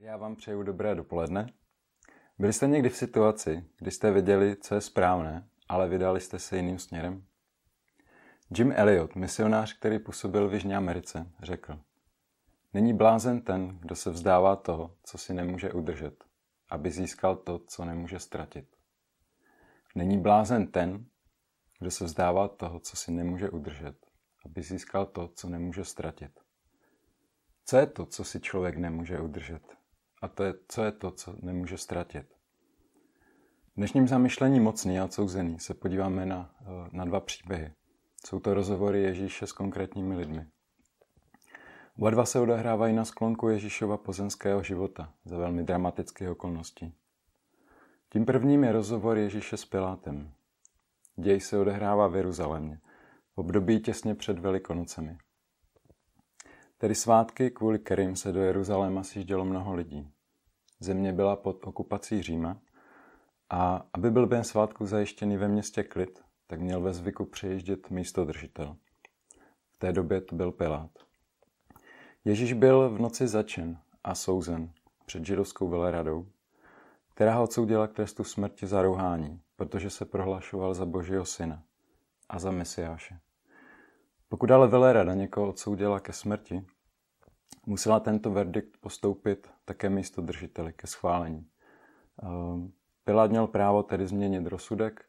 Já vám přeju dobré dopoledne. Byli jste někdy v situaci, kdy jste věděli, co je správné, ale vydali jste se jiným směrem? Jim Elliot, misionář, který působil v Jižní Americe, řekl: Není blázen ten, kdo se vzdává toho, co si nemůže udržet, aby získal to, co nemůže ztratit. Není blázen ten, kdo se vzdává toho, co si nemůže udržet, aby získal to, co nemůže ztratit. Co je to, co si člověk nemůže udržet? A co je to, co nemůže ztratit? V dnešním zamyšlení Mocný a odsouzený se podíváme na dva příběhy. Jsou to rozhovory Ježíše s konkrétními lidmi. Oba dva se odehrávají na sklonku Ježíšova pozemského života za velmi dramatických okolností. Tím prvním je rozhovor Ježíše s Pilátem. Děj se odehrává v Jeruzalémě, v období těsně před Velikonocemi. Tedy svátky, kvůli kterým se do Jeruzaléma sjíždělo mnoho lidí. Země byla pod okupací Říma a aby byl během svátku zajištěný ve městě klid, tak měl ve zvyku přijíždět místodržitel. V té době to byl Pilát. Ježíš byl v noci zatčen a souzen před židovskou veleradou, která ho odsoudila k trestu smrti za rouhání, protože se prohlašoval za Božího syna a za Mesiáše. Pokud ale velerada někoho odsoudila ke smrti, musela tento verdikt postoupit také místodržiteli ke schválení. Pilát měl právo tedy změnit rozsudek,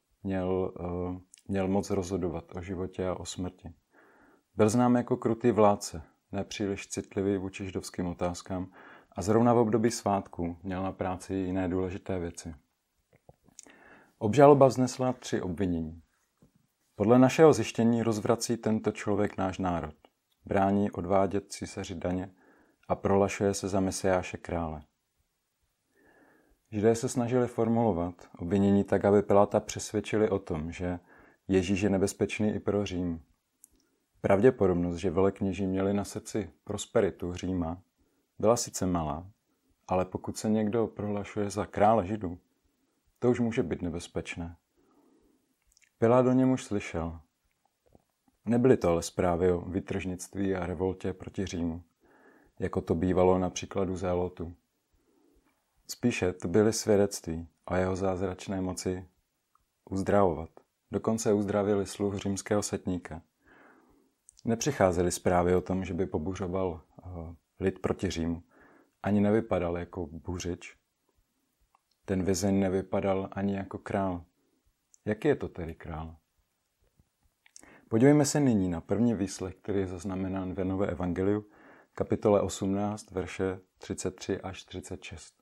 měl moc rozhodovat o životě a o smrti. Byl znám jako krutý vládce, nepříliš citlivý vůči židovským otázkám a zrovna v období svátků měl na práci jiné důležité věci. Obžaloba vznesla 3 obvinění. Podle našeho zjištění rozvrací tento člověk náš národ, brání odvádět císaři daně a prohlašuje se za Mesiáše krále. Židé se snažili formulovat obvinění tak, aby Piláta přesvědčili o tom, že Ježíš je nebezpečný i pro Řím. Pravděpodobnost, že velekněží měli na srdci prosperitu Říma, byla sice malá, ale pokud se někdo prohlašuje za krále Židů, to už může být nebezpečné. Pilát o něm už slyšel. Nebyly to ale zprávy o vytržnictví a revoltě proti Římu, jako to bývalo na příkladu Zélotu. Spíše to byly svědectví o jeho zázračné moci uzdravovat. Dokonce uzdravili sluh římského setníka. Nepřicházely zprávy o tom, že by pobuřoval lid proti Římu. Ani nevypadal jako buřič. Ten vězeň nevypadal ani jako král. Jaký je to tedy král? Podívejme se nyní na první výslech, který je zaznamenán v Janové evangeliu, kapitole 18, verše 33 až 36.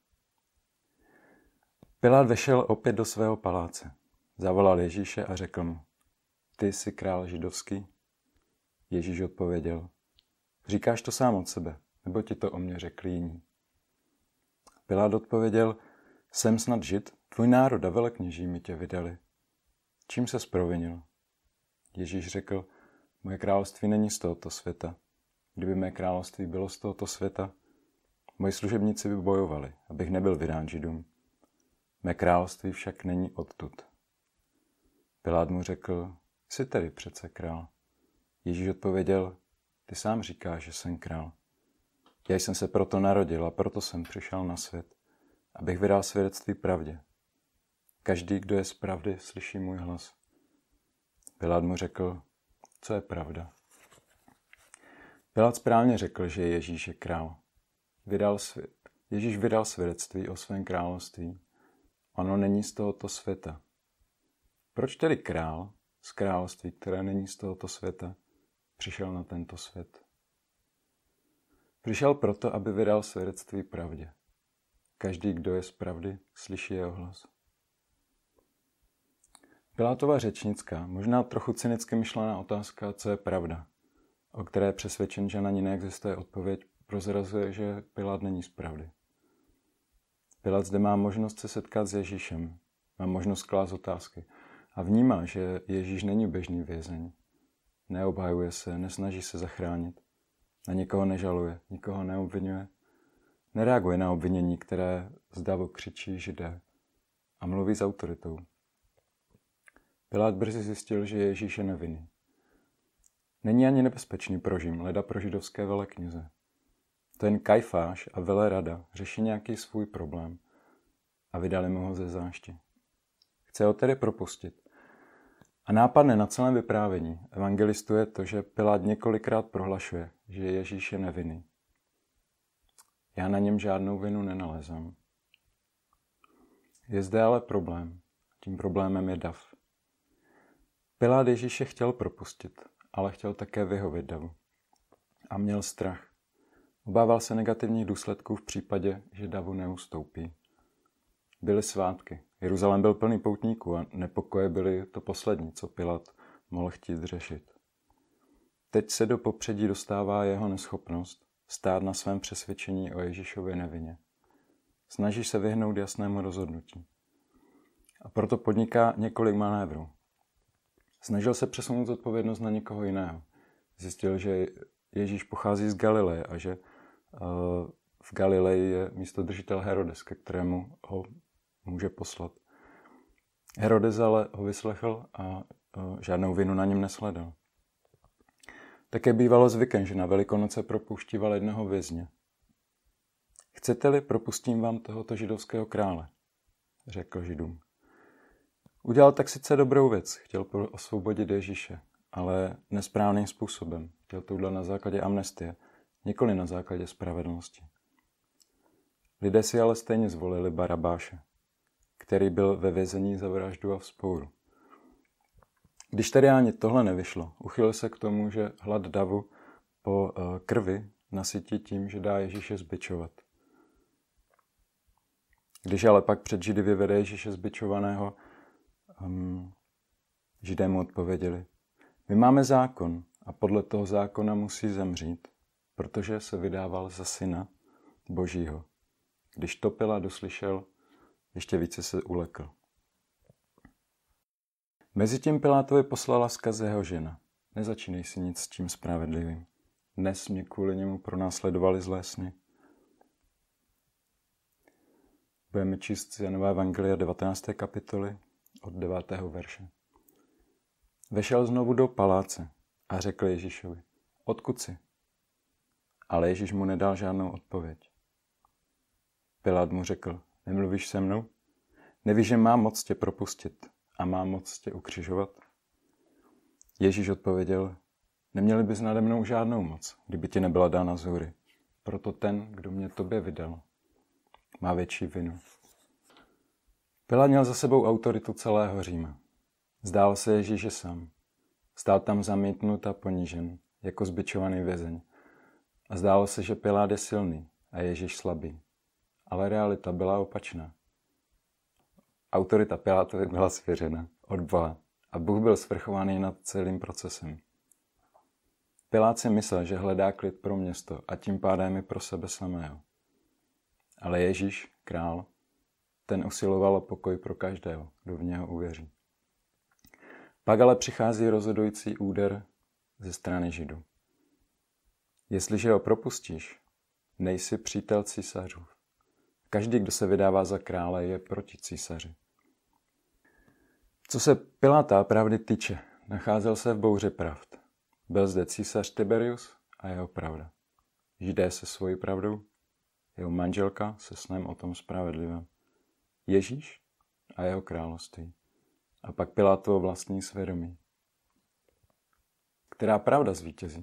Pilát vešel opět do svého paláce. Zavolal Ježíše a řekl mu: Ty jsi král židovský? Ježíš odpověděl: Říkáš to sám od sebe, nebo ti to o mě řekli jiní? Pilát odpověděl: Jsem snad Žid, tvůj národ a velekněží mi tě vydali. Čím ses provinil? Ježíš řekl: Moje království není z tohoto světa. Kdyby mé království bylo z tohoto světa, moji služebníci by bojovali, abych nebyl vydán Židům. Mé království však není odtud. Pilát mu řekl: Jsi tedy přece král. Ježíš odpověděl: Ty sám říkáš, že jsem král. Já jsem se proto narodil a proto jsem přišel na svět, abych vydal svědectví pravdě. Každý, kdo je z pravdy, slyší můj hlas. Pilát mu řekl: Co je pravda? Pilát správně řekl, že Ježíš je král. Ježíš vydal svědectví o svém království. Ono není z tohoto světa. Proč tedy král z království, které není z tohoto světa, přišel na tento svět? Přišel proto, aby vydal svědectví pravdě. Každý, kdo je z pravdy, slyší jeho hlas. Pilátova řečnická, možná trochu cynicky myšlená otázka, co je pravda, o které je přesvědčen, že na ní neexistuje odpověď, prozrazuje, že Pilát není z pravdy. Pilát zde má možnost se setkat s Ježíšem, má možnost klást otázky a vnímá, že Ježíš není běžný vězeň. Neobhajuje se, nesnaží se zachránit, na nikoho nežaluje, nikoho neobvinuje, nereaguje na obvinění, které zdavo křičí Židé a mluví s autoritou. Pilát brzy zjistil, že Ježíš je nevinný. Není ani nebezpečný pro Řím, leda pro židovské velekněze. Ten Kajfáš a Velerada řeší nějaký svůj problém a vydali mu ho ze zášti. Chce ho tedy propustit. A nápadne na celém vyprávění evangelistu je to, že Pilát několikrát prohlašuje, že Ježíš je nevinný. Já na něm žádnou vinu nenalezám. Je zde ale problém. Tím problémem je dav. Pilát Ježíše chtěl propustit, ale chtěl také vyhovět davu. A měl strach. Obával se negativních důsledků v případě, že davu neustoupí. Byly svátky. Jeruzalém byl plný poutníků a nepokoje byly to poslední, co Pilát mohl chtít řešit. Teď se do popředí dostává jeho neschopnost stát na svém přesvědčení o Ježíšově nevině. Snaží se vyhnout jasnému rozhodnutí. A proto podniká několik manévrů. Snažil se přesunout odpovědnost na někoho jiného. Zjistil, že Ježíš pochází z Galileje a že v Galileji je místodržitel Herodes, ke kterému ho může poslat. Herodes ale ho vyslechl a žádnou vinu na něm nesledal. Také bývalo zvykem, že na Velikonoce propouštíval jednoho vězně. Chcete-li, propustím vám tohoto židovského krále, řekl Židům. Udělal tak sice dobrou věc, chtěl osvobodit Ježíše, ale nesprávným způsobem. Chtěl to udělat na základě amnestie, nikoli na základě spravedlnosti. Lidé si ale stejně zvolili Barabáše, který byl ve vězení za vraždu a vzpouru. Když tedy ani tohle nevyšlo, uchylil se k tomu, že hlad davu po krvi nasytí tím, že dá Ježíše zbičovat. Když ale pak před Židy vyvede Ježíše zbičovaného, Židé mu odpověděli: My máme zákon a podle toho zákona musí zemřít, protože se vydával za syna Božího. Když to Pilát doslyšel, ještě více se ulekl. Mezitím Pilátovi poslala vzkaz jeho žena. Nezačínej si nic s tím spravedlivým. Dnes mě kvůli němu pronásledovali zlé sny. Budeme číst z Janova evangelia 19. kapitoly od 9. verše. Vešel znovu do paláce a řekl Ježíšovi: Odkud jsi? Ale Ježíš mu nedal žádnou odpověď. Pilát mu řekl: Nemluvíš se mnou? Nevíš, že mám moc tě propustit a mám moc tě ukřižovat? Ježíš odpověděl: Neměli bys nade mnou žádnou moc, kdyby ti nebyla dána z hůry. Proto ten, kdo mě tobě vydal, má větší vinu. Pilát měl za sebou autoritu celého Říma. Zdál se Ježíše sám. Stál tam zamítnut a ponížen, jako zbičovaný vězeň. A zdálo se, že Pilát je silný a Ježíš slabý. Ale realita byla opačná. Autorita Pilátovi byla svěřena od Boha a Bůh byl svrchovaný nad celým procesem. Pilát si myslel, že hledá klid pro město a tím pádem i pro sebe samého. Ale Ježíš, král, ten usiloval o pokoj pro každého, kdo v něho uvěří. Pak ale přichází rozhodující úder ze strany Židů. Jestliže ho propustíš, nejsi přítel císařův. Každý, kdo se vydává za krále, je proti císaři. Co se Piláta pravdy týče, nacházel se v bouři pravd. Byl zde císař Tiberius a jeho pravda. Židé se svojí pravdou, jeho manželka se snem o tom spravedlivém. Ježíš a jeho království. A pak Pilátovo vlastní svědomí. Která pravda zvítězí?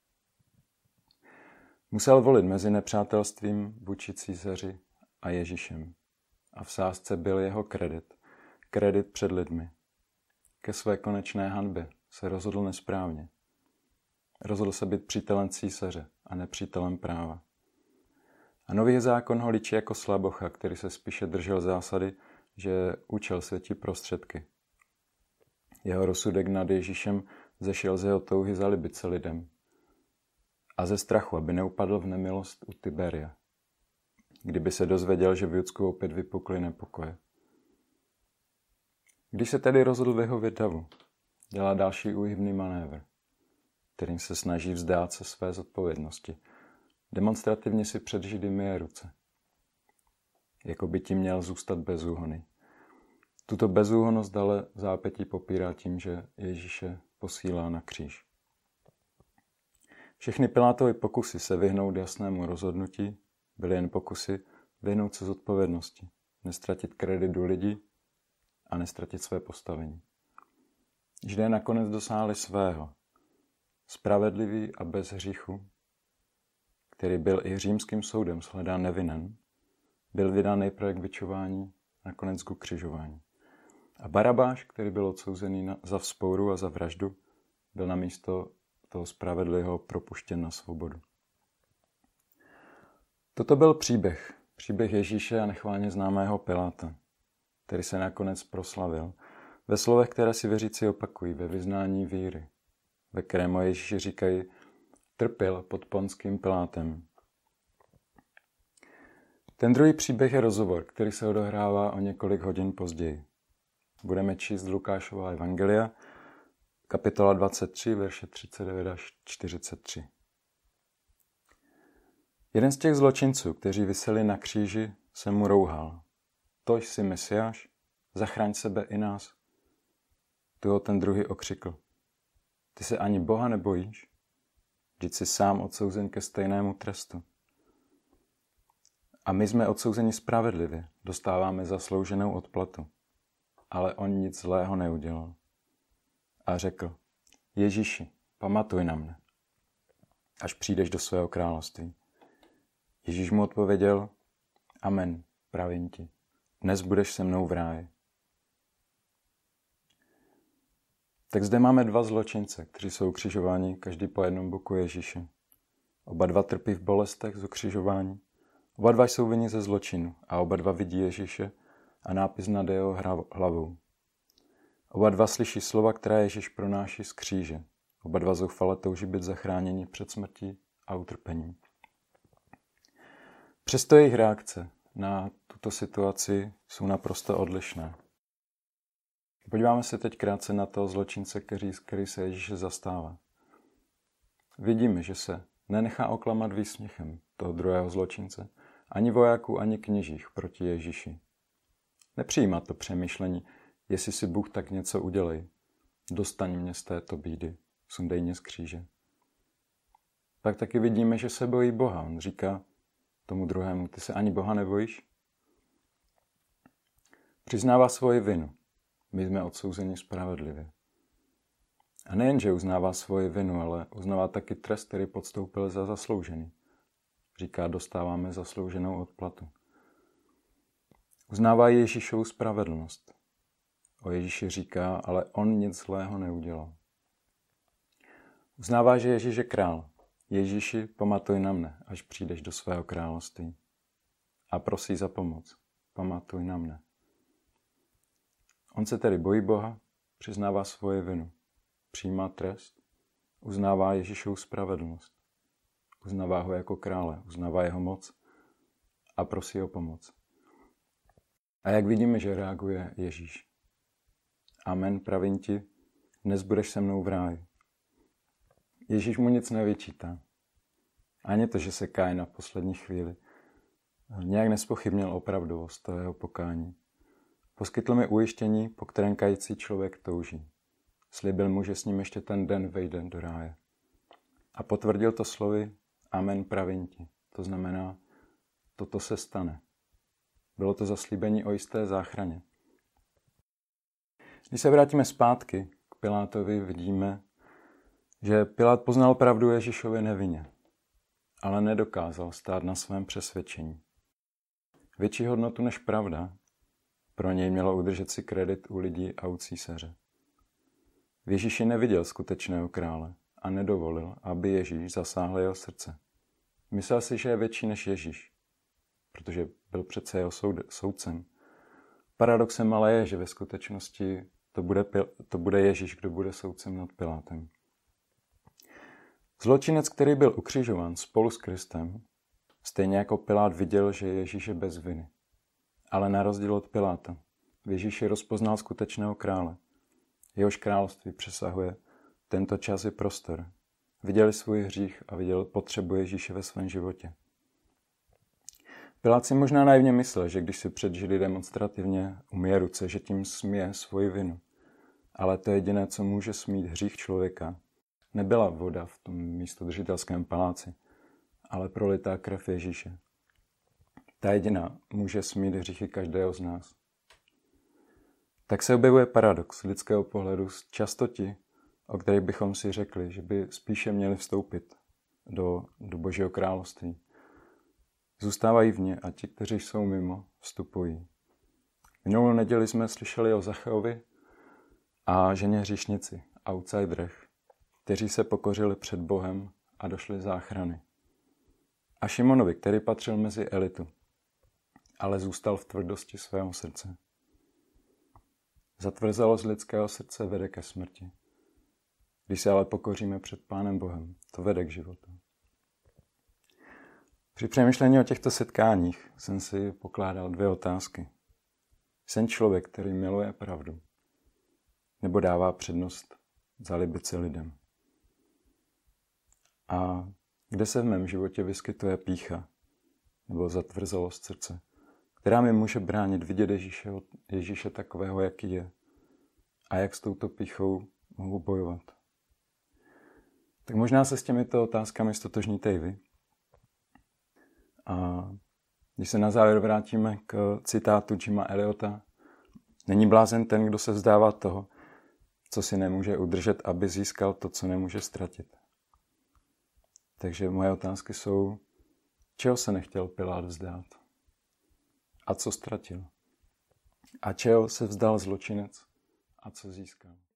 Musel volit mezi nepřátelstvím vůči císaři a Ježíšem. A v sázce byl jeho kredit před lidmi. Ke své konečné hanbě se rozhodl nesprávně. Rozhodl se být přítelem císaře a nepřítelem práva. A nový zákon ho líčí jako slabocha, který se spíše držel zásady, že účel světí prostředky. Jeho rozsudek nad Ježíšem zešel z jeho touhy zalíbit se lidem a ze strachu, aby neupadl v nemilost u Tiberia, kdyby se dozvěděl, že v Judsku opět vypukly nepokoje. Když se tedy rozhodl vyhovět davu, dělá další úhybný manévr, kterým se snaží vzdát se své zodpovědnosti. Demonstrativně si před Židy myje ruce. Jako by tím měl zůstat bezúhonný. Tuto bezúhonnost ale v zápětí popírá tím, že Ježíše posílá na kříž. Všechny Pilátovy pokusy se vyhnout jasnému rozhodnutí byly jen pokusy vyhnout se zodpovědnosti, nestratit kredit u lidí a nestratit své postavení. Židé nakonec dosáhli svého. Spravedlivý a bez hříchu, který byl i římským soudem shledán nevinen, byl vydán nejprve k bičování, nakonec k ukřižování. A Barabáš, který byl odsouzený za vzpouru a za vraždu, byl namísto toho spravedlivého propuštěn na svobodu. Toto byl příběh Ježíše a nechválně známého Piláta, který se nakonec proslavil ve slovech, které si věřící opakují, ve vyznání víry, ve kterém o Ježíši říkají, trpěl pod Ponským Pilátem. Ten druhý příběh je rozhovor, který se odehrává o několik hodin později. Budeme číst Lukášova evangelia, kapitola 23, verše 39 až 43. Jeden z těch zločinců, kteří viseli na kříži, se mu rouhal. Tož jsi Mesiáš, zachraň sebe i nás. Tu ho ten druhý okřikl. Ty se ani Boha nebojíš? Vždyť jsi sám odsouzen ke stejnému trestu. A my jsme odsouzeni spravedlivě, dostáváme zaslouženou odplatu. Ale on nic zlého neudělal. A řekl, Ježíši, pamatuj na mne, až přijdeš do svého království. Ježíš mu odpověděl, amen, pravím ti, dnes budeš se mnou v ráji. Tak zde máme dva zločince, kteří jsou ukřižováni, každý po jednom boku Ježíše. Oba dva trpí v bolestech z ukřižování. Oba dva jsou vinni ze zločinu a oba dva vidí Ježíše a nápis nad jeho hlavou. Oba dva slyší slova, která Ježíš pronáší z kříže. Oba dva zoufale touží být zachráněni před smrtí a utrpením. Přesto jejich reakce na tuto situaci jsou naprosto odlišné. Podíváme se teď krátce na toho zločince, který se Ježíše zastává. Vidíme, že se nenechá oklamat výsměchem toho druhého zločince, ani vojáků, ani kněžích proti Ježíši. Nepřijímá to přemýšlení, jestli si Bůh tak něco udělej. Dostaň mě z této bídy, sundej mě z kříže. Pak taky vidíme, že se bojí Boha. On říká tomu druhému, ty se ani Boha nebojíš? Přiznává svoji vinu. My jsme odsouzeni spravedlivě. A nejen, že uznává svoji vinu, ale uznává taky trest, který podstoupil za zasloužený. Říká, dostáváme zaslouženou odplatu. Uznává Ježíšovu spravedlnost. O Ježíši říká, ale on nic zlého neudělal. Uznává, že Ježíš je král. Ježíši, pamatuj na mne, až přijdeš do svého království. A prosí za pomoc. Pamatuj na mne. On se tedy bojí Boha, přiznává svoje vinu, přijímá trest, uznává Ježíšovu spravedlnost, uznává ho jako krále, uznává jeho moc a prosí o pomoc. A jak vidíme, že reaguje Ježíš. Amen, pravím ti, dnes budeš se mnou v ráji. Ježíš mu nic nevyčítá. Ani to, že se káje na poslední chvíli. Nějak nespochybnil opravdovost toho jeho pokání. Poskytl mi ujištění, po kterém kající člověk touží. Slíbil mu, že s ním ještě ten den vejde do ráje. A potvrdil to slovy amen, pravím ti. To znamená, toto se stane. Bylo to zaslíbení o jisté záchraně. Když se vrátíme zpátky k Pilátovi, vidíme, že Pilát poznal pravdu Ježíšově nevinně, ale nedokázal stát na svém přesvědčení. Větší hodnotu než pravda pro něj mělo udržet si kredit u lidí a u císaře. V Ježíši neviděl skutečného krále a nedovolil, aby Ježíš zasáhl jeho srdce. Myslel si, že je větší než Ježíš, protože byl přece jeho soudcem. Paradoxem ale je, že ve skutečnosti to bude Ježíš, kdo bude soudcem nad Pilátem. Zločinec, který byl ukřižován spolu s Kristem, stejně jako Pilát viděl, že Ježíš je bez viny. Ale na rozdíl od Piláta, v Ježíši rozpoznal skutečného krále. Jehož království přesahuje tento čas i prostor. Viděli svůj hřích a viděl potřebu Ježíše ve svém životě. Pilát si možná naivně myslel, že když si před Židy demonstrativně umyje ruce, že tím smije svoji vinu. Ale to je jediné, co může smít hřích člověka, nebyla voda v tom místodržitelském paláci, ale prolitá krev Ježíše. Ta jediná může smít hříchy každého z nás. Tak se objevuje paradox lidského pohledu, často ti, o kterých bychom si řekli, že by spíše měli vstoupit do Božího království. Zůstávají vně a ti, kteří jsou mimo, vstupují. Minulou neděli jsme slyšeli o Zacheovi a ženě hříšnici, outsiderech, kteří se pokořili před Bohem a došli záchrany. A Šimonovi, který patřil mezi elitu, ale zůstal v tvrdosti svého srdce. Zatvrzelost lidského srdce vede ke smrti. Když se ale pokoříme před Pánem Bohem, to vede k životu. Při přemýšlení o těchto setkáních jsem si pokládal 2 otázky. Jsem člověk, který miluje pravdu, nebo dává přednost zalíbit se lidem? A kde se v mém životě vyskytuje pýcha nebo zatvrzelost srdce, která mi může bránit vidět Ježíše takového, jaký je, a jak s touto pýchou mohu bojovat? Tak možná se s těmito otázkami ztotožníte i vy. A když se na závěr vrátíme k citátu Jima Eliota, není blázen ten, kdo se vzdává toho, co si nemůže udržet, aby získal to, co nemůže ztratit. Takže moje otázky jsou, čeho se nechtěl Pilát vzdát? A co ztratil? A čeho se vzdal zločinec? A co získal?